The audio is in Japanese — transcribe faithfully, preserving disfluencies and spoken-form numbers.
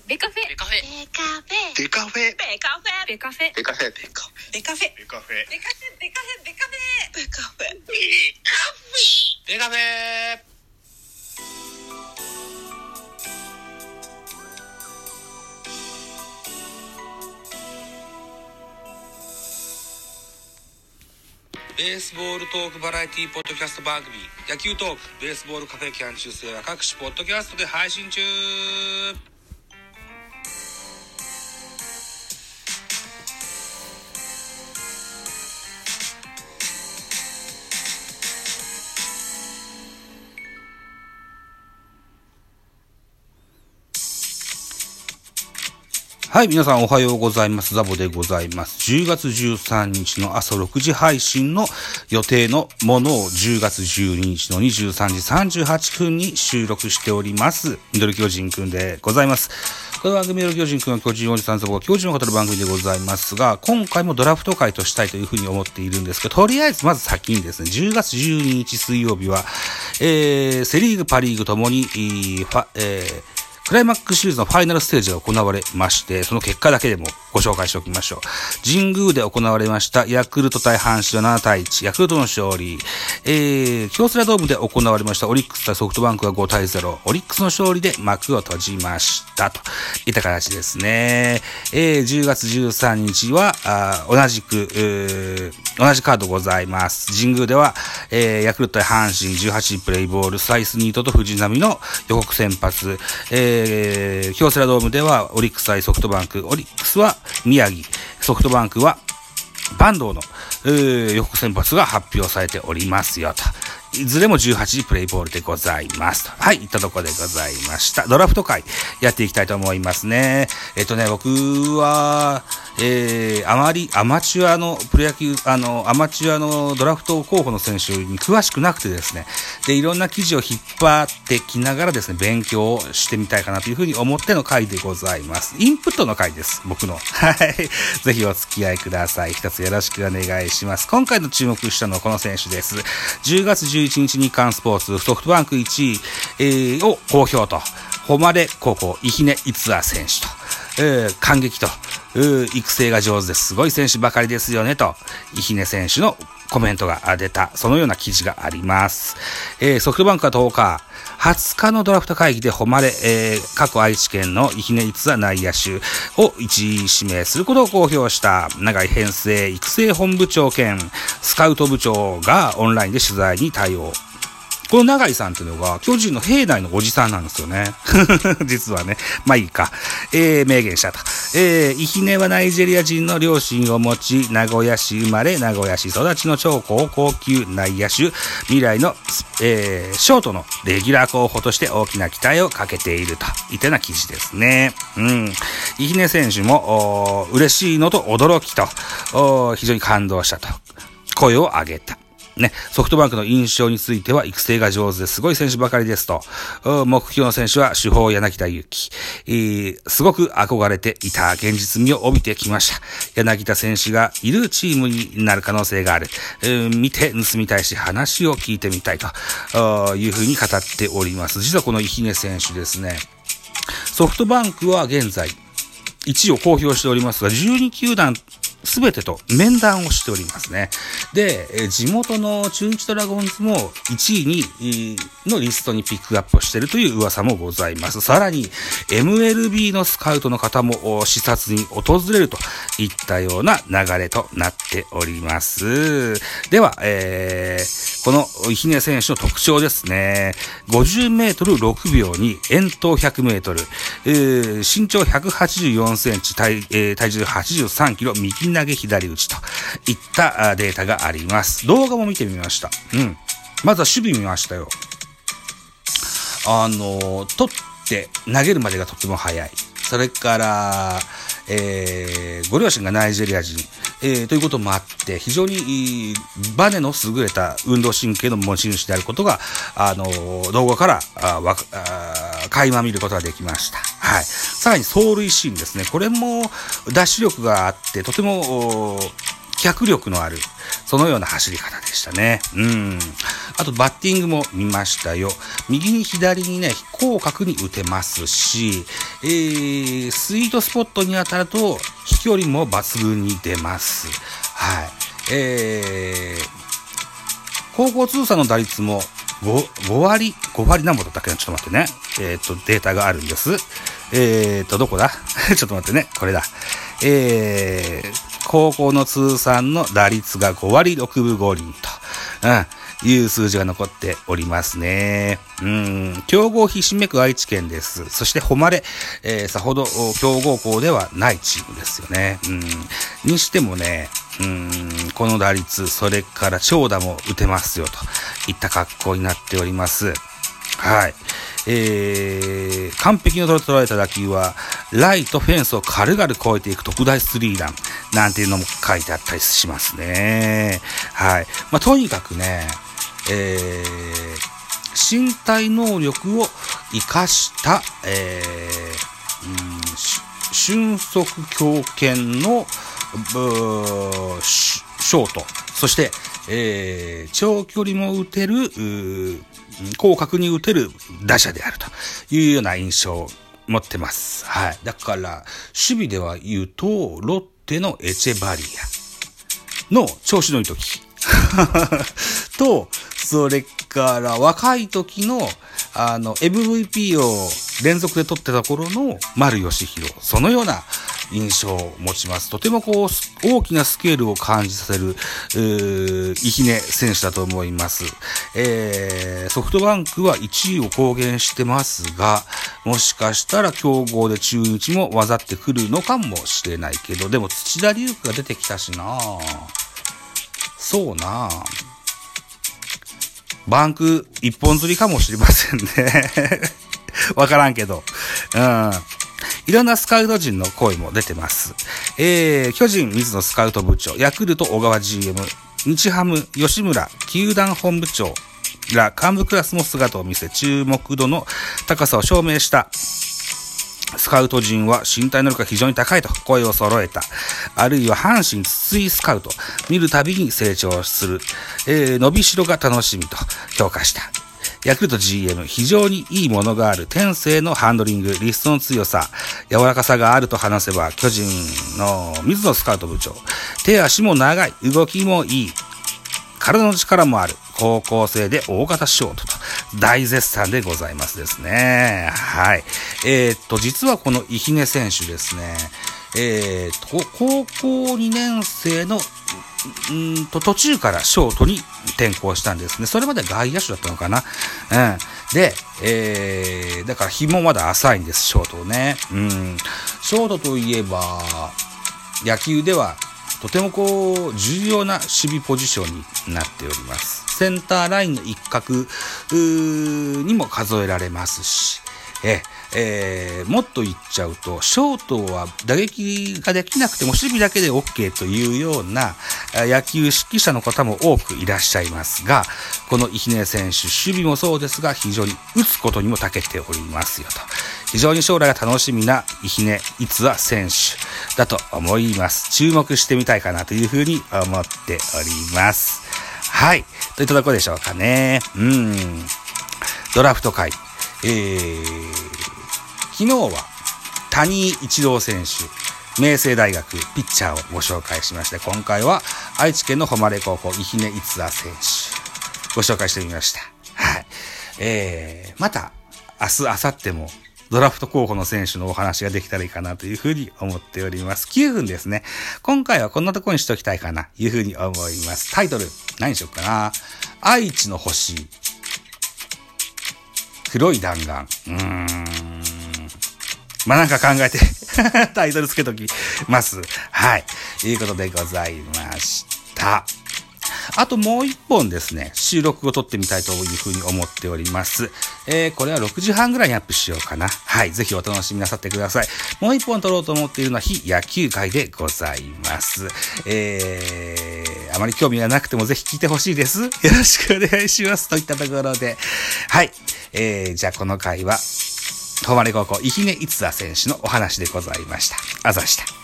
ベカフェベカフェベカフェベカフェベカフェベカフェベカフェベカフェベカフェベカフェベカフェベカフェベカフェベカフェベカフェベカフェベースボールトークバラエティポッドキャスト番組野球トークベースボールカフェキャン中世は各種ポッドキャストで配信中。はい、皆さんおはようございます。ザボでございます。じゅうがつじゅうさんにちの朝ろくじ配信の予定のものをじゅうがつじゅうににちのにじゅうさんじさんじゅうはっぷんに収録しております。ミドル巨人くんでございます。この番組ミドル巨人くんは巨人おじさんザボが巨人を語る番組でございますが、今回もドラフト会としたいというふうに思っているんですけど、とりあえずまず先にですね、じゅうがつじゅうににち水曜日は、えー、セリーグパリーグともに、ファえークライマックスシリーズのファイナルステージが行われまして、その結果だけでもご紹介しておきましょう。神宮で行われましたヤクルト対阪神はななたいいち、ヤクルトの勝利。えー、京セラドームで行われましたオリックス対ソフトバンクがごたいゼロ、オリックスの勝利で幕を閉じましたといった形ですね。えー、じゅうがつじゅうさんにちはあ同じく、えー、同じカードございます。神宮では、えー、ヤクルト対阪神じゅうはちじプレイボール、サイスニートと藤浪の予告先発。えーえー、京セラドームではオリックス対ソフトバンク、オリックスは宮城、ソフトバンクは坂東の、えー、予告先発が発表されておりますよと。いずれもじゅうはちじプレイボールでございますと。はい、いったところでございました。ドラフト会やっていきたいと思いますね。えっとね、僕は、えー、あまりアマチュアのプロ野球、あの、アマチュアのドラフト候補の選手に詳しくなくてですね、で、いろんな記事を引っ張ってきながらですね、勉強をしてみたいかなというふうに思っての回でございます。インプットの回です、僕の。はい。ぜひお付き合いください。一つよろしくお願いします。今回の注目したのはこの選手です。じゅうがつじゅういちにち日刊スポーツソフトバンクいちい、えー、を公表と、誉れ高校、伊姫逸也選手と、えー、感激と、育成が上手ですごい選手ばかりですよねと、伊姫選手のコメントが出た、そのような記事があります。えー、ソフトバンクはとおか、はつかのドラフト会議で誉れ、えー、過去愛知県の伊姫逸也内野手を一位指名することを公表した長井編成育成本部長兼スカウト部長がオンラインで取材に対応。この永井さんっていうのが巨人の兵内のおじさんなんですよね。実はね。まあいいか。えー、明言したと。えー、伊姫はナイジェリア人の両親を持ち、名古屋市生まれ、名古屋市育ちの超高校級内野手、未来の、えー、ショートのレギュラー候補として大きな期待をかけているといったような記事ですね。うん。伊姫選手も、嬉しいのと驚きと、非常に感動したと。声を上げた。ね、ソフトバンクの印象については育成が上手ですごい選手ばかりですと。目標の選手は主砲柳田悠岐、えー。すごく憧れていた現実味を帯びてきました。柳田選手がいるチームになる可能性がある。えー、見て盗みたいし話を聞いてみたいというふうに語っております。実はこの伊姫選手ですね、ソフトバンクは現在いちいを公表しておりますが、じゅうにきゅうだんすべてと面談をしておりますね。で、地元の中日ドラゴンズもいちいにのリストにピックアップをしているという噂もございます。さらに エムエルビー のスカウトの方も視察に訪れるといったような流れとなっております。では、えー、この伊姫選手の特徴ですね。ごじゅうメートルろくびょうに遠投ひゃくメートル、えー、身長ひゃくはちじゅうよんセンチ、体、えー、体重はちじゅうさんキロ、右投げ左打ちといったデータがあります。動画も見てみました。うん。まずは守備見ましたよ。あの、取って投げるまでがとても早い。それから、えー、ご両親がナイジェリア人、えー、ということもあって、非常にバネの優れた運動神経の持ち主であることが、あの、動画からあわあ垣間見ることができました。はい。さらに走塁シーンですね。これもダッシュ力があって、とても脚力のある、そのような走り方でしたね。うん。 あとバッティングも見ましたよ。右に左にね、広角に打てますし、えー、スイートスポットに当たると飛距離も抜群に出ます。はい。えー、高校通算の打率も 5, ご割、ご割何本だったっけな、ちょっと待ってね。えっと、データがあるんです。えっと、どこだちょっと待ってね。これだ。えー、高校の通算の打率がご割ろくぶご厘と、うん、いう数字が残っておりますね。うん、強豪ひしめく愛知県です。そして誉れ、えー、さほど強豪校ではないチームですよね。うん、にしてもね、うーんこの打率、それから長打も打てますよといった格好になっております。はい。えー、完璧に捉えた打球はライトフェンスを軽々越えていく特大スリーランなんていうのも書いてあったりしますね。はい。まあ、とにかくね、えー、身体能力を生かした、えー、うん俊足強肩のショート、そして、えー、長距離も打てる、広角に打てる打者であるというような印象を持ってます。はい。だから、守備では言うと、ロッテのエチェバリアの調子のいい時と、それから若い時の、あの、エムブイピー を連続で取ってた頃の丸佳弘、そのような印象を持ちます。とてもこう大きなスケールを感じさせるイヒネ選手だと思います。えー、ソフトバンクはいちいを公言してますが、もしかしたら強豪で中日も混ざってくるのかもしれないけど、でも土田龍空が出てきたしな、そうな、バンク一本釣りかもしれませんね。わからんけど、うん。いろんなスカウト陣の声も出てます。えー、巨人水野スカウト部長、ヤクルト小川 ジーエム、日ハム吉村球団本部長ら幹部クラスも姿を見せ、注目度の高さを証明した。スカウト陣は身体能力が非常に高いと声を揃えた。あるいは阪神筒井スカウト、見るたびに成長する、えー、伸びしろが楽しみと評価した。ヤクルト ジーエム、非常にいいものがある。天性のハンドリング、リストの強さ、柔らかさがあると話せば、巨人の水野スカウト部長、手足も長い、動きもいい、体の力もある、高校生で大型ショートと大絶賛でございますですね。はい。えー、っと、実はこのイヒネ選手ですね、えー、っと、高校にねん生のうんと途中からショートに転向したんですね。それまで外野手だったのかな。うん。で、えー、だから日もまだ浅いんです、ショートをね。うん。ショートといえば、野球ではとてもこう、重要な守備ポジションになっております。センターラインの一角にも数えられますし、ええー、もっと言っちゃうと、ショートは打撃ができなくても守備だけで OK というような野球指揮者の方も多くいらっしゃいますが、このイヒネ選手、守備もそうですが、非常に打つことにも長けておりますよと。非常に将来が楽しみなイヒネ逸話選手だと思います。注目してみたいかなというふうに思っております。はい。といったところでしょうかね。うん。ドラフト会。えー、昨日は谷井一郎選手、明星大学ピッチャーをご紹介しまして、今回は愛知県の誉れ高校イヒネ逸話選手ご紹介してみました。はい。えー、また明日明後日もドラフト候補の選手のお話ができたらいいかなというふうに思っております。きゅうふんですね。今回はこんなところにしておきたいかなというふうに思います。タイトル何にしようかな。愛知の星、黒い弾丸。うーん。まあ、なんか考えてタイトルつけときます。はい。ということでございました。あともう一本ですね、収録を撮ってみたいというふうに思っております。えー、これはろくじはんぐらいにアップしようかな。はい。ぜひお楽しみなさってください。もう一本撮ろうと思っているのは非野球界でございます。えー、あまり興味がなくてもぜひ聞いてほしいです。よろしくお願いします。といったところで。はい。えー、じゃあこの回は、誉れ高校イヒネ逸話選手のお話でございました。あざした。